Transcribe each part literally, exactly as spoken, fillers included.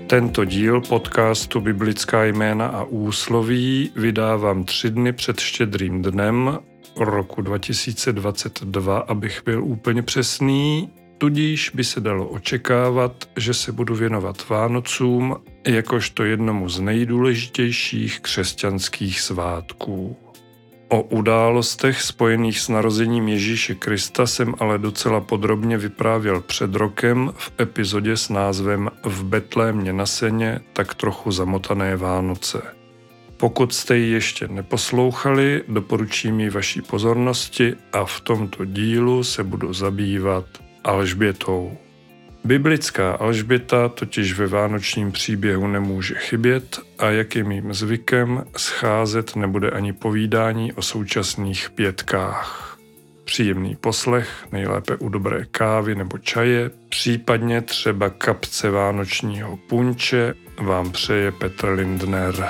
Tento díl podcastu Biblická jména a úsloví vydávám tři dny před Štědrým dnem roku dva tisíce dvacet dva, abych byl úplně přesný, tudíž by se dalo očekávat, že se budu věnovat Vánocům jakožto jednomu z nejdůležitějších křesťanských svátků. O událostech spojených s narozením Ježíše Krista jsem ale docela podrobně vyprávěl před rokem v epizodě s názvem V Betlémě na seně tak trochu zamotané Vánoce. Pokud jste ji ještě neposlouchali, doporučím ji vaší pozornosti a v tomto dílu se budu zabývat Alžbětou. Biblická Alžběta totiž ve vánočním příběhu nemůže chybět a jak je mým zvykem, scházet nebude ani povídání o současných pětkách. Příjemný poslech, nejlépe u dobré kávy nebo čaje, případně třeba kapce vánočního punče, vám přeje Petr Lindner.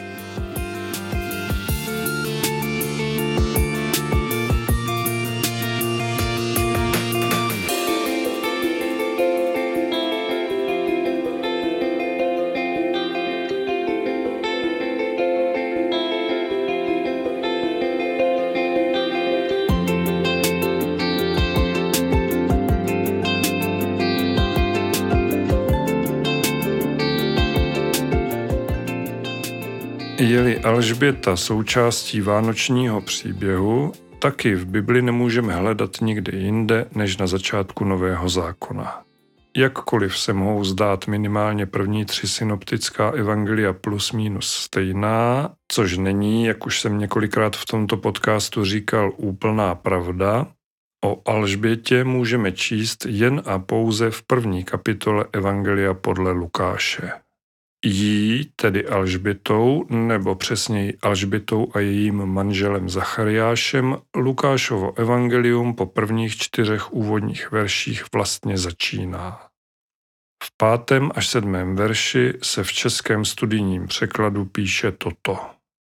Je-li Alžběta součástí vánočního příběhu, taky v Bibli nemůžeme hledat nikde jinde než na začátku Nového zákona. Jakkoliv se mohou zdát minimálně první tři synoptická evangelia plus minus stejná, což není, jak už jsem několikrát v tomto podcastu říkal, úplná pravda, o Alžbětě můžeme číst jen a pouze v první kapitole evangelia podle Lukáše. Jí, tedy Alžbětou, nebo přesněji Alžbětou a jejím manželem Zachariášem, Lukášovo evangelium po prvních čtyřech úvodních verších vlastně začíná. V pátém až sedmém verši se v českém studijním překladu píše toto.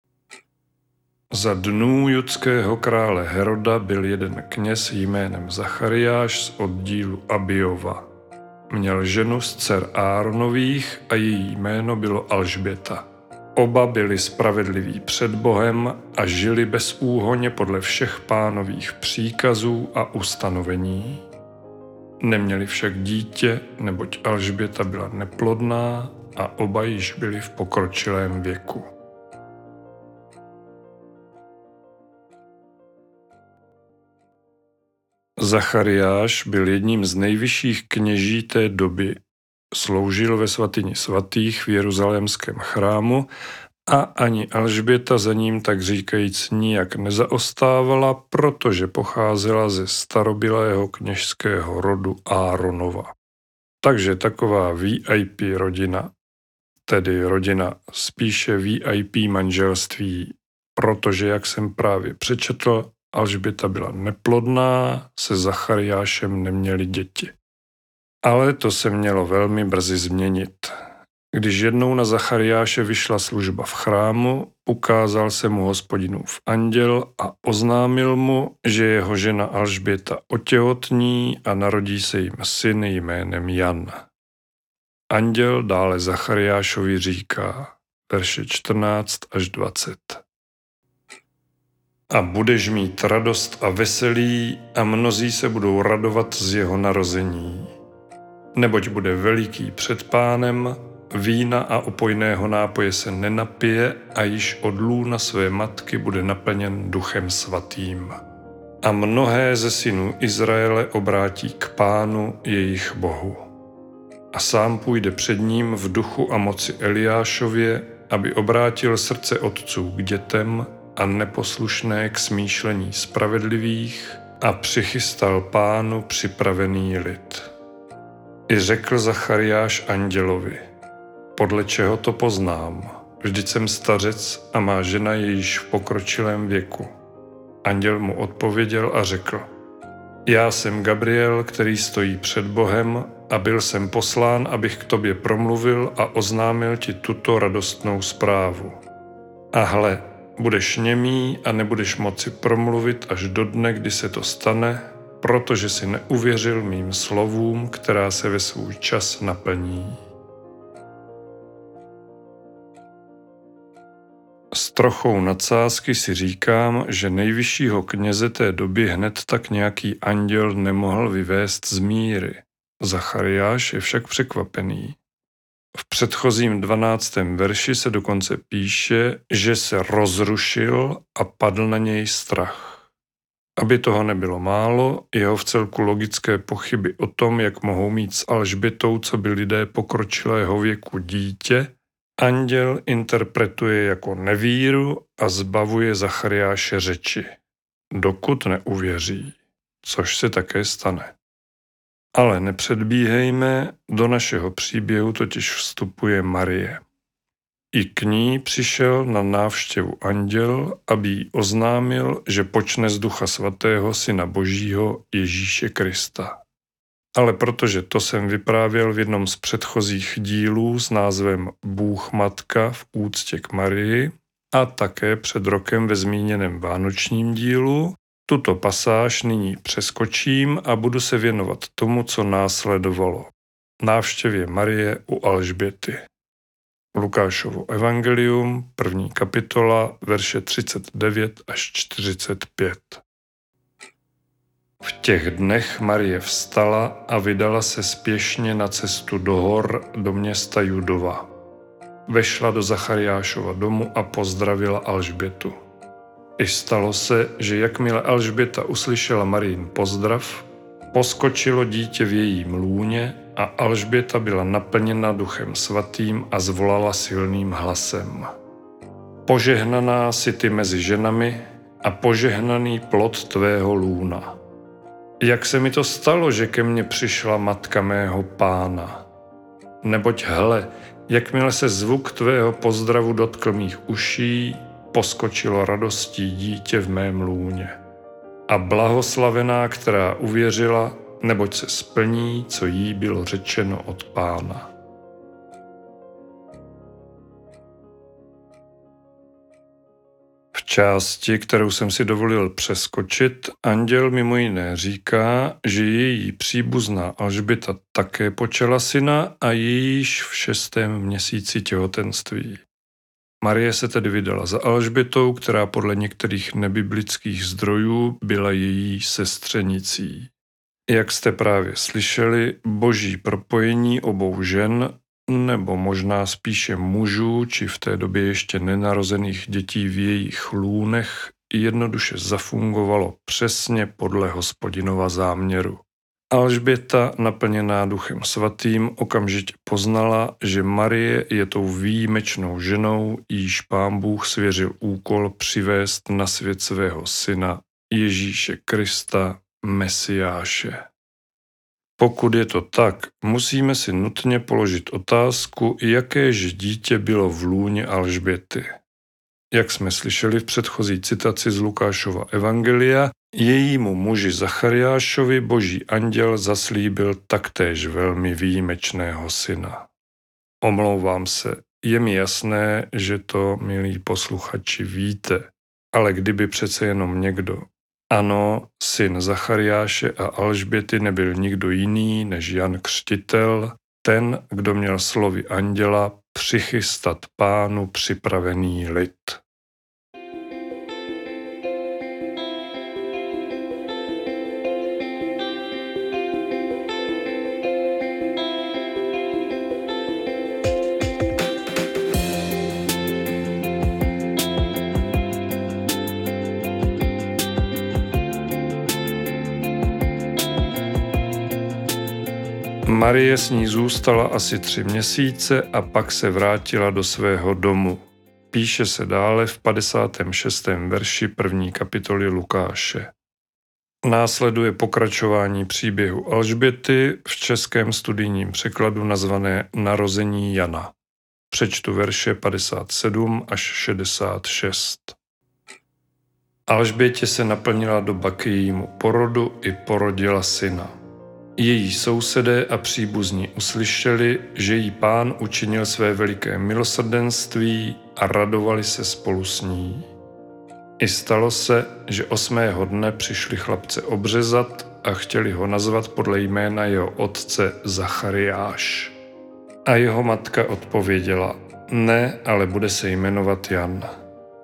Za dnů judského krále Heroda byl jeden kněz jménem Zachariáš z oddílu Abijova. Měl ženu z dcer Áronových a její jméno bylo Alžběta. Oba byli spravedliví před Bohem a žili bezúhonně podle všech pánových příkazů a ustanovení. Neměli však dítě, neboť Alžběta byla neplodná a oba již byli v pokročilém věku. Zachariáš byl jedním z nejvyšších kněží té doby, sloužil ve svatyni svatých v jeruzalémském chrámu a ani Alžběta za ním tak říkajíc nijak nezaostávala, protože pocházela ze starobylého kněžského rodu Áronova. Takže taková V I P rodina, tedy rodina spíše V I P manželství, protože, jak jsem právě přečetl, Alžběta byla neplodná, se Zachariášem neměli děti. Ale to se mělo velmi brzy změnit. Když jednou na Zachariáše vyšla služba v chrámu, ukázal se mu Hospodinův anděl a oznámil mu, že jeho žena Alžběta otěhotní a narodí se jim syn jménem Jan. Anděl dále Zachariášovi říká, verše čtrnáct až dvacet. A budeš mít radost a veselí a mnozí se budou radovat z jeho narození. Neboť bude veliký před Pánem, vína a opojného nápoje se nenapije a již od lůna své matky bude naplněn Duchem Svatým. A mnohé ze synů Izraele obrátí k Pánu jejich Bohu. A sám půjde před ním v duchu a moci Eliášově, aby obrátil srdce otců k dětem a neposlušné k smýšlení spravedlivých a přichystal Pánu připravený lid. I řekl Zachariáš andělovi, podle čeho to poznám, vždyť jsem stařec a má žena je již v pokročilém věku. Anděl mu odpověděl a řekl, já jsem Gabriel, který stojí před Bohem a byl jsem poslán, abych k tobě promluvil a oznámil ti tuto radostnou zprávu. A hle, budeš němý a nebudeš moci promluvit až do dne, kdy se to stane, protože si neuvěřil mým slovům, která se ve svůj čas naplní. S trochou nadsázky si říkám, že nejvyššího kněze té doby hned tak nějaký anděl nemohl vyvést z míry. Zachariáš je však překvapený. V předchozím dvanáctém verši se dokonce píše, že se rozrušil a padl na něj strach. Aby toho nebylo málo, jeho vcelku logické pochyby o tom, jak mohou mít s Alžbětou, co by lidé pokročilého věku dítě, anděl interpretuje jako nevíru a zbavuje Zachariáše řeči, dokud neuvěří, což se také stane. Ale nepředbíhejme, do našeho příběhu totiž vstupuje Marie. I k ní přišel na návštěvu anděl, aby jí oznámil, že počne z Ducha Svatého Syna Božího Ježíše Krista. Ale protože to jsem vyprávěl v jednom z předchozích dílů s názvem Bůh Matka v úctě k Marii a také před rokem ve zmíněném vánočním dílu, tuto pasáž nyní přeskočím a budu se věnovat tomu, co následovalo. Návštěvě Marie u Alžběty. Lukášovo evangelium, první kapitola, verše třicet devět až čtyřicet pět. V těch dnech Marie vstala a vydala se spěšně na cestu do hor do města Judova. Vešla do Zachariášova domu a pozdravila Alžbětu. I stalo se, že jakmile Alžběta uslyšela Marijin pozdrav, poskočilo dítě v jejím lůně a Alžběta byla naplněna Duchem Svatým a zvolala silným hlasem. Požehnaná jsi ty mezi ženami a požehnaný plod tvého lůna. Jak se mi to stalo, že ke mně přišla matka mého Pána? Neboť hle, jakmile se zvuk tvého pozdravu dotkl mých uší, poskočilo radostí dítě v mém lůně. A blahoslavená, která uvěřila, neboť se splní, co jí bylo řečeno od Pána. V části, kterou jsem si dovolil přeskočit, anděl mimo jiné říká, že její příbuzná Alžběta také počala syna a je již v šestém měsíci těhotenství. Marie se tedy vydala za Alžbětou, která podle některých nebiblických zdrojů byla její sestřenicí. Jak jste právě slyšeli, boží propojení obou žen, nebo možná spíše mužů, či v té době ještě nenarozených dětí v jejich lůnech, jednoduše zafungovalo přesně podle Hospodinova záměru. Alžběta, naplněná Duchem Svatým, okamžitě poznala, že Marie je tou výjimečnou ženou, jíž Pán Bůh svěřil úkol přivést na svět svého syna Ježíše Krista, Mesiáše. Pokud je to tak, musíme si nutně položit otázku, jakéž dítě bylo v lůně Alžběty. Jak jsme slyšeli v předchozí citaci z Lukášova evangelia, jejímu muži Zachariášovi boží anděl zaslíbil taktéž velmi výjimečného syna. Omlouvám se, je mi jasné, že to, milí posluchači, víte, ale kdyby přece jenom někdo. Ano, syn Zachariáše a Alžběty nebyl nikdo jiný než Jan Křtitel, ten, kdo měl slovy anděla přichystat Pánu připravený lid. Marie s ní zůstala asi tři měsíce a pak se vrátila do svého domu. Píše se dále v padesátém šestém verši první kapitoly Lukáše. Následuje pokračování příběhu Alžběty v českém studijním překladu nazvané Narození Jana. Přečtu verše padesát sedm až šedesát šest. Alžbětě se naplnila doba k jejímu porodu i porodila syna. Její sousedé a příbuzní uslyšeli, že jí Pán učinil své veliké milosrdenství a radovali se spolu s ní. I stalo se, že osmého dne přišli chlapce obřezat a chtěli ho nazvat podle jména jeho otce Zachariáš. A jeho matka odpověděla, ne, ale bude se jmenovat Jan.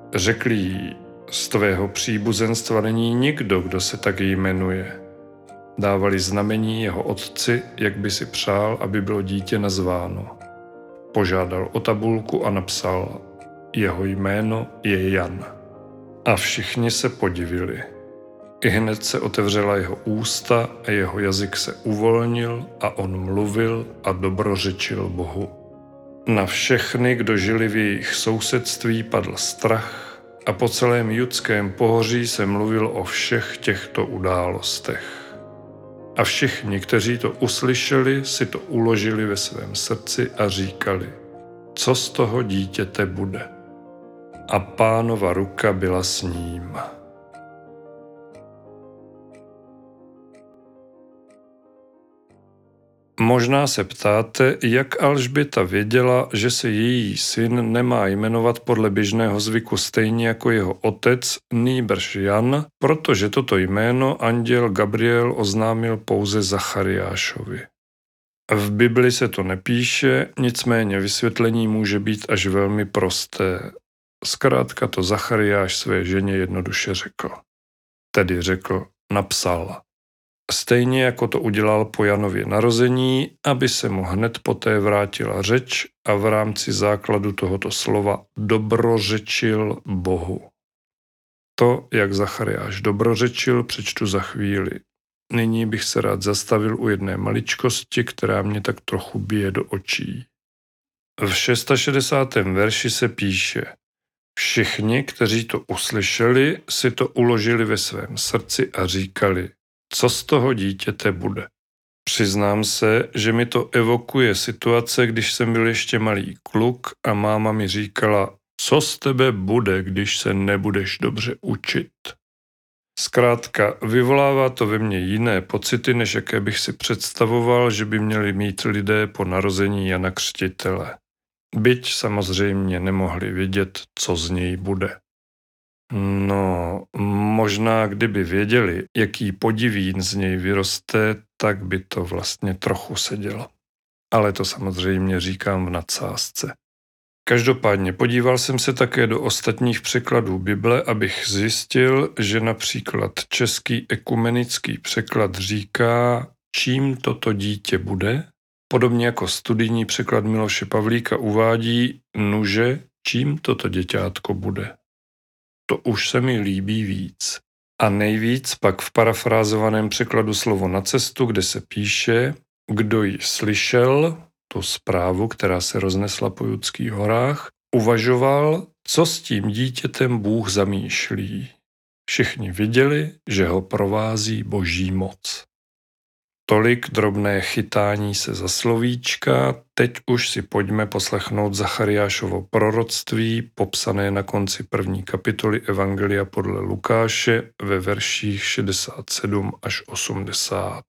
Řekli jí, z tvého příbuzenstva není nikdo, kdo se tak jmenuje. Dávali znamení jeho otci, jak by si přál, aby bylo dítě nazváno. Požádal o tabulku a napsal, jeho jméno je Jan. A všichni se podivili. Ihned se otevřela jeho ústa a jeho jazyk se uvolnil a on mluvil a dobrořečil Bohu. Na všechny, kdo žili v jejich sousedství, padl strach a po celém judském pohoří se mluvil o všech těchto událostech. A všichni, kteří to uslyšeli, si to uložili ve svém srdci a říkali, co z toho dítěte bude. A Pánova ruka byla s ním. Možná se ptáte, jak Alžběta věděla, že se její syn nemá jmenovat podle běžného zvyku stejně jako jeho otec, nýbrž Jan, protože toto jméno anděl Gabriel oznámil pouze Zachariášovi. V Bibli se to nepíše, nicméně vysvětlení může být až velmi prosté. Zkrátka to Zachariáš své ženě jednoduše řekl. Tedy řekl, napsal. Stejně jako to udělal po Janově narození, aby se mu hned poté vrátila řeč a v rámci základu tohoto slova dobrořečil Bohu. To, jak Zachariáš dobrořečil, přečtu za chvíli. Nyní bych se rád zastavil u jedné maličkosti, která mě tak trochu bije do očí. V šedesátém šestém verši se píše Všichni, kteří to uslyšeli, si to uložili ve svém srdci a říkali, co z toho dítěte bude. Přiznám se, že mi to evokuje situace, když jsem byl ještě malý kluk a máma mi říkala, co z tebe bude, když se nebudeš dobře učit. Zkrátka, vyvolává to ve mně jiné pocity, než jaké bych si představoval, že by měli mít lidé po narození Jana Křtitele. Byť samozřejmě nemohli vědět, co z něj bude. No, možná kdyby věděli, jaký podivín z něj vyroste, tak by to vlastně trochu sedělo. Ale to samozřejmě říkám v nadsázce. Každopádně podíval jsem se také do ostatních překladů Bible, abych zjistil, že například český ekumenický překlad říká, čím toto dítě bude, podobně jako studijní překlad Miloše Pavlíka uvádí, nuže, čím toto děťátko bude. To už se mi líbí víc. A nejvíc pak v parafrázovaném překladu Slovo na cestu, kde se píše, kdo ji slyšel, tu zprávu, která se roznesla po Judských horách, uvažoval, co s tím dítětem Bůh zamýšlí. Všichni viděli, že ho provází Boží moc. Tolik drobné chytání se za slovíčka, teď už si pojďme poslechnout Zachariášovo proroctví, popsané na konci první kapitoly Evangelia podle Lukáše ve verších šedesát sedm až osmdesát.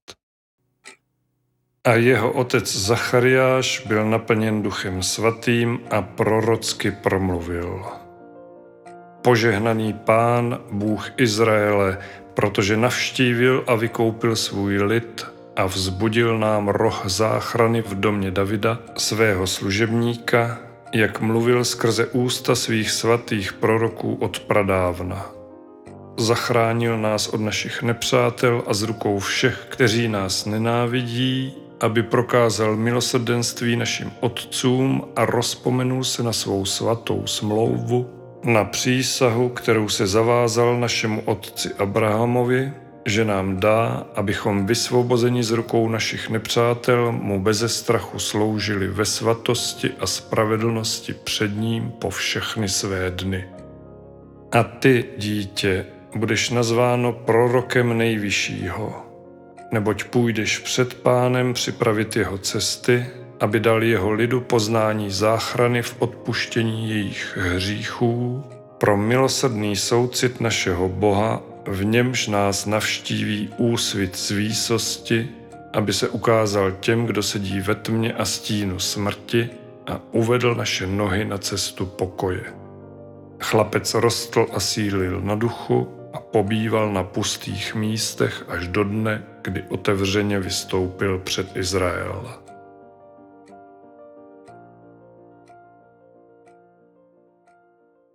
A jeho otec Zachariáš byl naplněn Duchem Svatým a prorocky promluvil. Požehnaný Pán, Bůh Izraele, protože navštívil a vykoupil svůj lid a vzbudil nám roh záchrany v domě Davida, svého služebníka, jak mluvil skrze ústa svých svatých proroků od pradávna. Zachránil nás od našich nepřátel a z rukou všech, kteří nás nenávidí, aby prokázal milosrdenství našim otcům a rozpomenul se na svou svatou smlouvu, na přísahu, kterou se zavázal našemu otci Abrahamovi, že nám dá, abychom vysvobozeni z rukou našich nepřátel mu beze strachu sloužili ve svatosti a spravedlnosti před ním po všechny své dny. A ty, dítě, budeš nazváno prorokem Nejvyššího, neboť půjdeš před Pánem připravit jeho cesty, aby dal jeho lidu poznání záchrany v odpuštění jejich hříchů, pro milosrdný soucit našeho Boha, v němž nás navštíví úsvit z výsosti, aby se ukázal těm, kdo sedí ve tmě a stínu smrti a uvedl naše nohy na cestu pokoje. Chlapec rostl a sílil na duchu a pobýval na pustých místech až do dne, kdy otevřeně vystoupil před Izrael.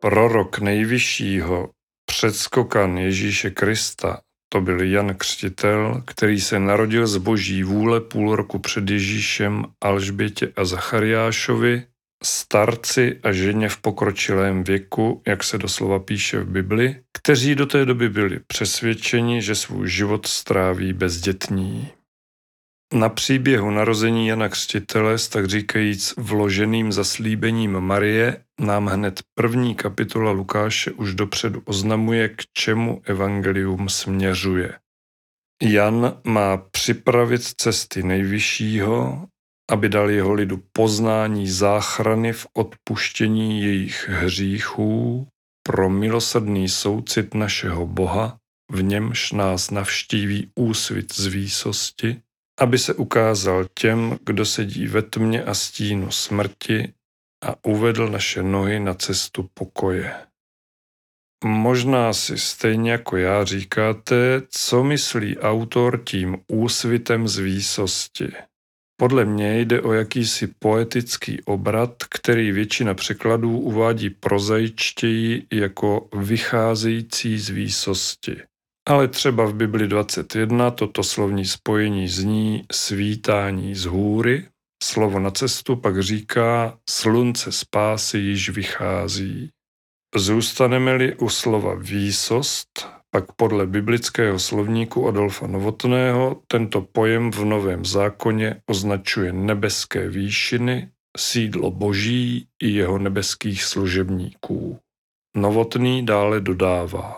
Prorok nejvyššího, předskokan Ježíše Krista, to byl Jan Křtitel, který se narodil z boží vůle půl roku před Ježíšem Alžbětě a Zachariášovi, starci a ženě v pokročilém věku, jak se doslova píše v Bibli, kteří do té doby byli přesvědčeni, že svůj život stráví bezdětní. Na příběhu narození Jana Křtitele s tak říkajíc vloženým zaslíbením Marie nám hned první kapitola Lukáše už dopředu oznamuje, k čemu evangelium směřuje. Jan má připravit cesty nejvyššího, aby dal jeho lidu poznání záchrany v odpuštění jejich hříchů pro milosrdný soucit našeho Boha, v němž nás navštíví úsvit z výsosti, aby se ukázal těm, kdo sedí ve tmě a stínu smrti a uvedl naše nohy na cestu pokoje. Možná si stejně jako já říkáte, co myslí autor tím úsvitem z výsosti. Podle mě jde o jakýsi poetický obrat, který většina překladů uvádí prozaičtěji jako vycházející z výsosti. Ale třeba v Bibli dvacet jedna toto slovní spojení zní svítání z hůry, slovo na cestu pak říká slunce spásy již vychází. Zůstaneme-li u slova výsost, pak podle biblického slovníku Adolfa Novotného tento pojem v Novém zákoně označuje nebeské výšiny, sídlo Boží i jeho nebeských služebníků. Novotný dále dodává: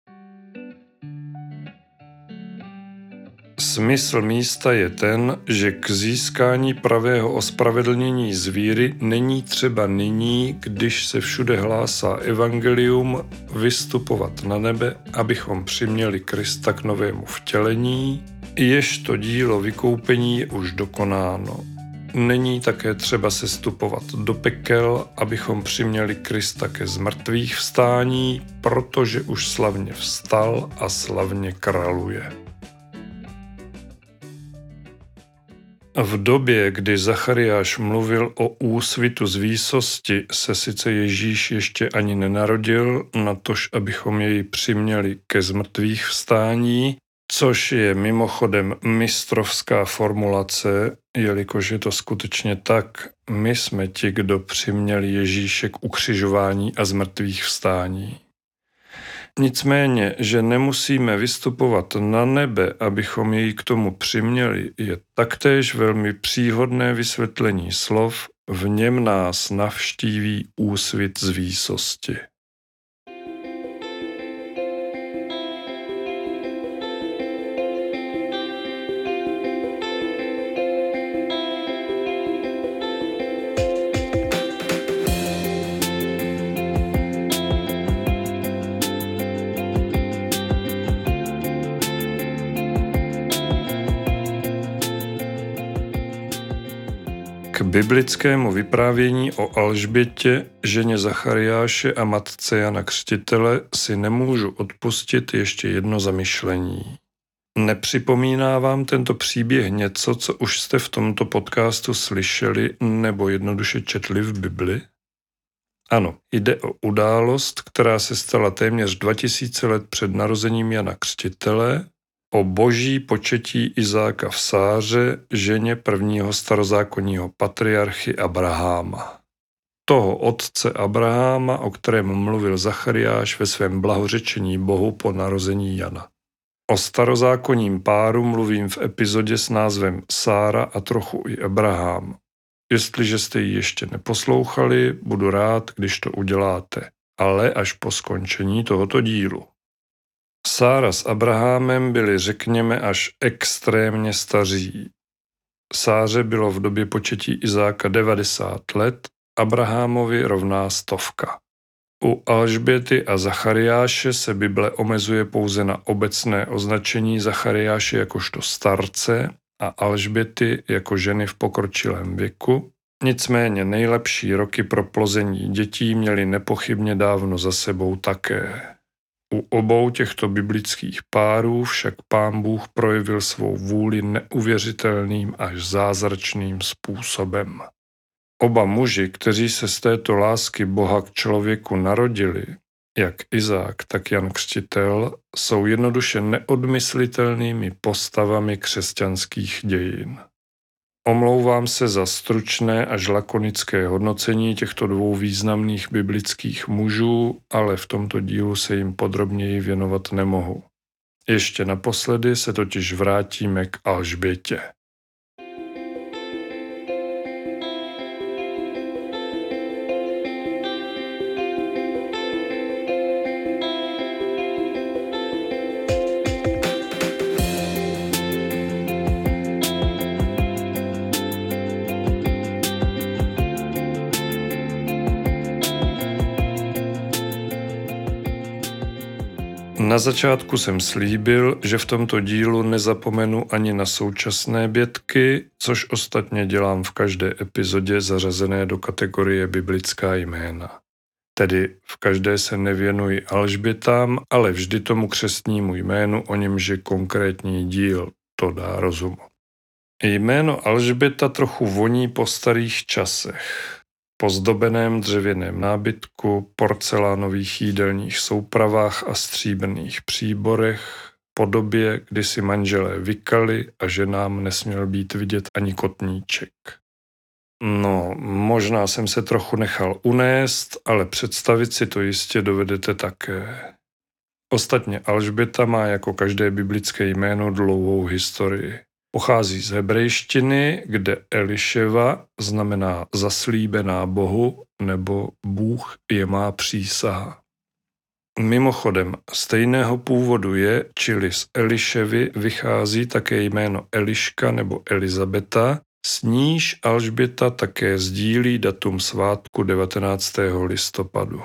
smysl místa je ten, že k získání pravého ospravedlnění z víry není třeba nyní, když se všude hlásá evangelium, vystupovat na nebe, abychom přiměli Krista k novému vtělení, jež to dílo vykoupení je už dokonáno. Není také třeba se stupovat do pekel, abychom přiměli Krista ke zmrtvých vstání, protože už slavně vstal a slavně králuje. V době, kdy Zachariáš mluvil o úsvitu z výsosti, se sice Ježíš ještě ani nenarodil, natož abychom jej přiměli ke zmrtvých vstání, což je mimochodem mistrovská formulace, jelikož je to skutečně tak, my jsme ti, kdo přiměli Ježíše k ukřižování a zmrtvých vstání. Nicméně, že nemusíme vystupovat na nebe, abychom jej k tomu přiměli, je taktéž velmi příhodné vysvětlení slov, v něm nás navštíví úsvit z výsosti. K biblickému vyprávění o Alžbětě, ženě Zachariáše a matce Jana Křtitele si nemůžu odpustit ještě jedno zamyšlení. Nepřipomíná vám tento příběh něco, co už jste v tomto podcastu slyšeli nebo jednoduše četli v Bibli? Ano, jde o událost, která se stala téměř dva tisíce let před narozením Jana Křtitele, o boží početí Izáka v Sáře, ženě prvního starozákonního patriarchy Abraháma. Toho otce Abraháma, o kterém mluvil Zachariáš ve svém blahořečení Bohu po narození Jana. O starozákonním páru mluvím v epizodě s názvem Sára a trochu i Abraham. Jestliže jste ji ještě neposlouchali, budu rád, když to uděláte, ale až po skončení tohoto dílu. Sára s Abrahamem byli, řekněme, až extrémně staří. Sáře bylo v době početí Izáka devadesát let, Abrahamovi rovná stovka. U Alžběty a Zachariáše se Bible omezuje pouze na obecné označení Zachariáše jakožto starce a Alžběty jako ženy v pokročilém věku, nicméně nejlepší roky pro plození dětí měly nepochybně dávno za sebou také. U obou těchto biblických párů však Pán Bůh projevil svou vůli neuvěřitelným až zázračným způsobem. Oba muži, kteří se z této lásky Boha k člověku narodili, jak Izák, tak Jan Křtitel, jsou jednoduše neodmyslitelnými postavami křesťanských dějin. Omlouvám se za stručné až lakonické hodnocení těchto dvou významných biblických mužů, ale v tomto dílu se jim podrobněji věnovat nemohu. Ještě naposledy se totiž vrátíme k Alžbětě. Na začátku jsem slíbil, že v tomto dílu nezapomenu ani na současné bětky, což ostatně dělám v každé epizodě zařazené do kategorie biblická jména. Tedy v každé se nevěnuji Alžbětám, ale vždy tomu křestnímu jménu, o němž je konkrétní díl, to dá rozumu. Jméno Alžběta trochu voní po starých časech. Po zdobeném dřevěném nábytku, porcelánových jídelních soupravách a stříbrných příborech, po době, kdy si manželé vykali a ženám nesměl být vidět ani kotníček. No, možná jsem se trochu nechal unést, ale představit si to jistě dovedete také. Ostatně Alžběta má jako každé biblické jméno dlouhou historii. Pochází z hebrejštiny, kde Eliševa znamená zaslíbená Bohu nebo Bůh je má přísaha. Mimochodem, stejného původu je, čili z Eliševy vychází také jméno Eliška nebo Elizabeta, s níž Alžběta také sdílí datum svátku devatenáctého listopadu.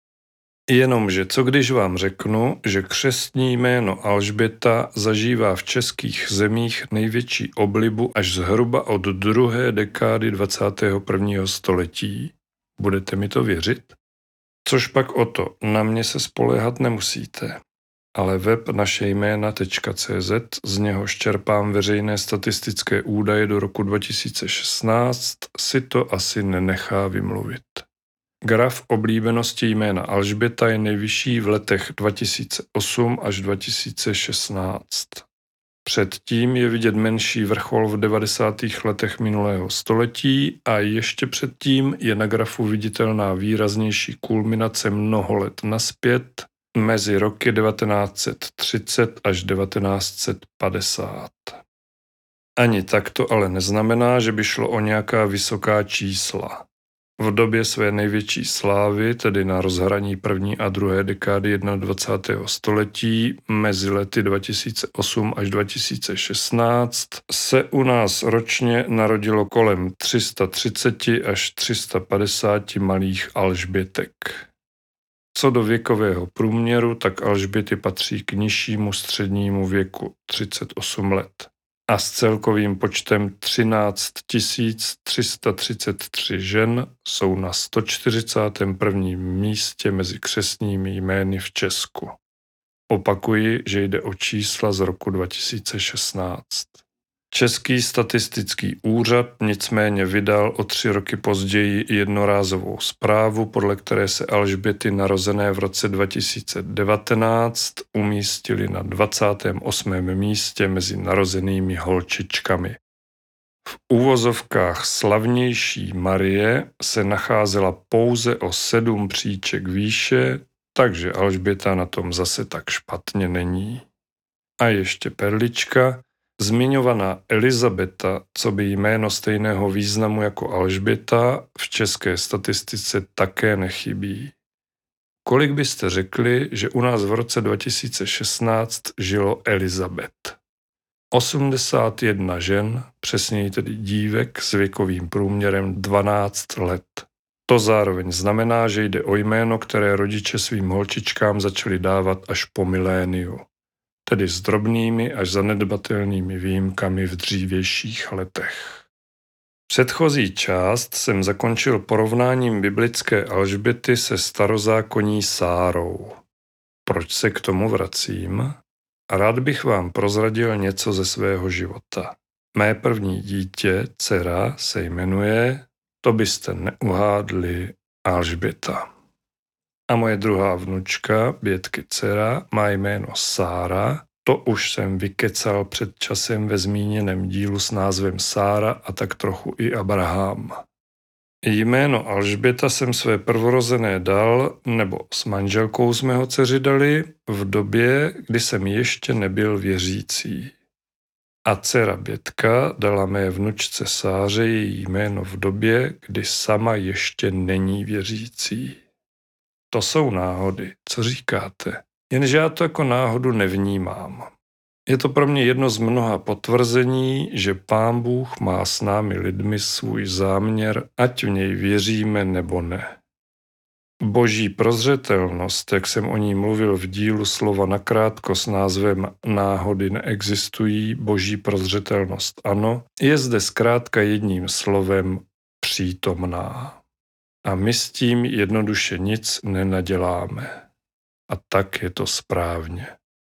Jenomže co když vám řeknu, že křestní jméno Alžběta zažívá v českých zemích největší oblibu až zhruba od druhé dekády dvacátého prvního století? Budete mi to věřit? Což pak o to, na mě se spoléhat nemusíte. Ale web našejména tečka cé zet, z něhož čerpám veřejné statistické údaje do roku dva tisíce šestnáct, si to asi nenechá vymluvit. Graf oblíbenosti jména Alžběta je nejvyšší v letech dva tisíce osm až dva tisíce šestnáct. Předtím je vidět menší vrchol v devadesátých letech minulého století a ještě předtím je na grafu viditelná výraznější kulminace mnoho let nazpět mezi roky devatenáct set třicet až devatenáct set padesát. Ani tak to ale neznamená, že by šlo o nějaká vysoká čísla. V době své největší slávy, tedy na rozhraní první a druhé dekády dvacátého prvního století, mezi lety dva tisíce osm až dva tisíce šestnáct, se u nás ročně narodilo kolem tři sta třicet až tři sta padesát malých Alžbětek. Co do věkového průměru, tak Alžběty patří k nižšímu střednímu věku třicet osm let. A s celkovým počtem třináct tisíc tři sta třicet tři žen jsou na sto čtyřicátém prvním místě mezi křestními jmény v Česku. Opakuji, že jde o čísla z roku dva tisíce šestnáct. Český statistický úřad nicméně vydal o tři roky později jednorázovou zprávu, podle které se Alžběty narozené v roce dva tisíce devatenáct umístily na dvacátém osmém místě mezi narozenými holčičkami. V uvozovkách slavnější Marie se nacházela pouze o sedm příček výše, takže Alžběta na tom zase tak špatně není. A ještě perlička. Zmiňovaná Elizabeta, co by jméno stejného významu jako Alžběta, v české statistice také nechybí. Kolik byste řekli, že u nás v roce dva tisíce šestnáct žilo Elizabet? osmdesát jedna žen, přesněji tedy dívek s věkovým průměrem dvanáct let. To zároveň znamená, že jde o jméno, které rodiče svým holčičkám začali dávat až po miléniu. Tedy s drobnými až zanedbatelnými výjimkami v dřívějších letech. Předchozí část jsem zakončil porovnáním biblické Alžběty se starozákonní Sárou. Proč se k tomu vracím? Rád bych vám prozradil něco ze svého života. Mé první dítě, dcera, se jmenuje, To byste neuhádli, Alžběta. A moje druhá vnučka, Bětky dcera, má jméno Sára. To už jsem vykecal před časem ve zmíněném dílu s názvem Sára a tak trochu i Abraham. Jméno Alžběta jsem své prvorozené dal, nebo s manželkou jsme ho dceři dali, v době, kdy jsem ještě nebyl věřící. A dcera Bětka dala mé vnučce Sáře její jméno v době, kdy sama ještě není věřící. To jsou náhody, co říkáte? Jenže já to jako náhodu nevnímám. Je to pro mě jedno z mnoha potvrzení, že Pán Bůh má s námi lidmi svůj záměr, ať v něj věříme nebo ne. Boží prozřetelnost, jak jsem o ní mluvil v dílu Slova nakrátko s názvem Náhody neexistují, boží prozřetelnost ano, je zde zkrátka jedním slovem přítomná. A my s tím jednoduše nic nenaděláme. A tak je to správně.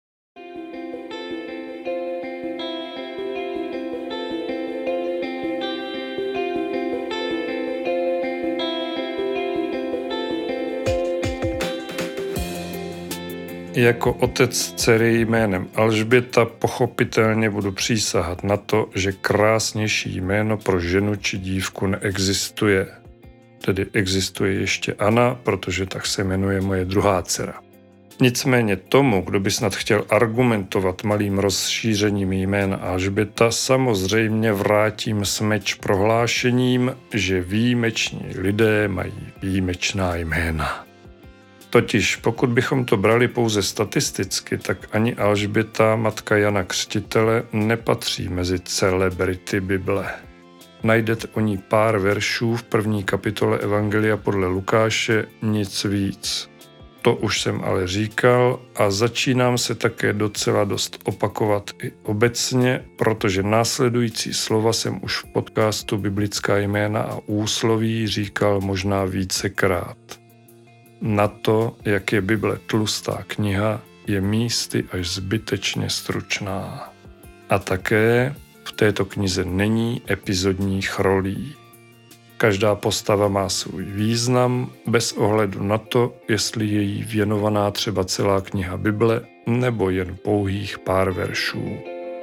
Jako otec dcery jménem Alžběta pochopitelně budu přísahat na to, že krásnější jméno pro ženu či dívku neexistuje. Tedy existuje ještě Anna, protože tak se jmenuje moje druhá dcera. Nicméně tomu, kdo by snad chtěl argumentovat malým rozšířením jména Alžběta, samozřejmě vrátím smeč prohlášením, že výjimeční lidé mají výjimečná jména. Totiž pokud bychom to brali pouze statisticky, tak ani Alžběta, matka Jana Křtitele, nepatří mezi celebrity Bible. Najdete o ní pár veršů v první kapitole Evangelia podle Lukáše, nic víc. To už jsem ale říkal a začínám se také docela dost opakovat i obecně, protože následující slova jsem už v podcastu Biblická jména a úsloví říkal možná vícekrát. Na to, jak je Bible tlustá kniha, je místy až zbytečně stručná. A také v této knize není epizodních rolí. Každá postava má svůj význam, bez ohledu na to, jestli je jí věnovaná třeba celá kniha Bible nebo jen pouhých pár veršů.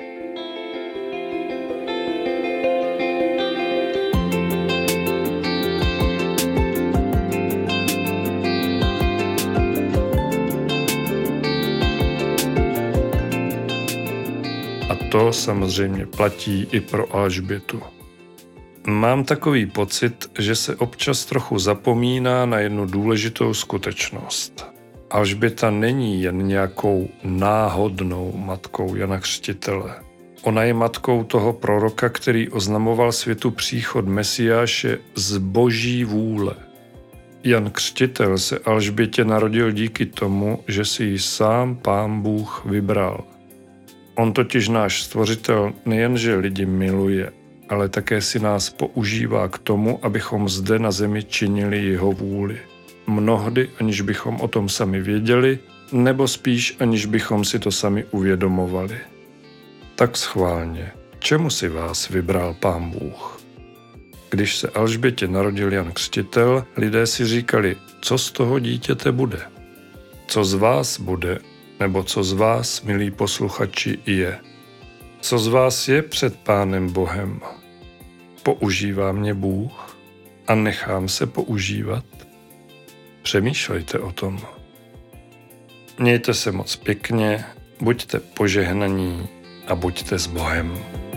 A to samozřejmě platí i pro Alžbětu. Mám takový pocit, že se občas trochu zapomíná na jednu důležitou skutečnost. Alžběta není jen nějakou náhodnou matkou Jana Křtitele. Ona je matkou toho proroka, který oznamoval světu příchod Mesiáše z boží vůle. Jan Křtitel se Alžbětě narodil díky tomu, že si ji sám Pán Bůh vybral. On totiž náš stvořitel nejenže lidi miluje, ale také si nás používá k tomu, abychom zde na zemi činili jeho vůli. Mnohdy, aniž bychom o tom sami věděli, nebo spíš, aniž bychom si to sami uvědomovali. Tak schválně, čemu si vás vybral Pán Bůh? Když se Alžbětě narodil Jan Křtitel, lidé si říkali, co z toho dítěte bude? Co z vás bude, nebo co z vás, milí posluchači, je? Co z vás je před Pánem Bohem? Používá mě Bůh a nechám se používat? Přemýšlejte o tom. Mějte se moc pěkně, buďte požehnaní a buďte s Bohem.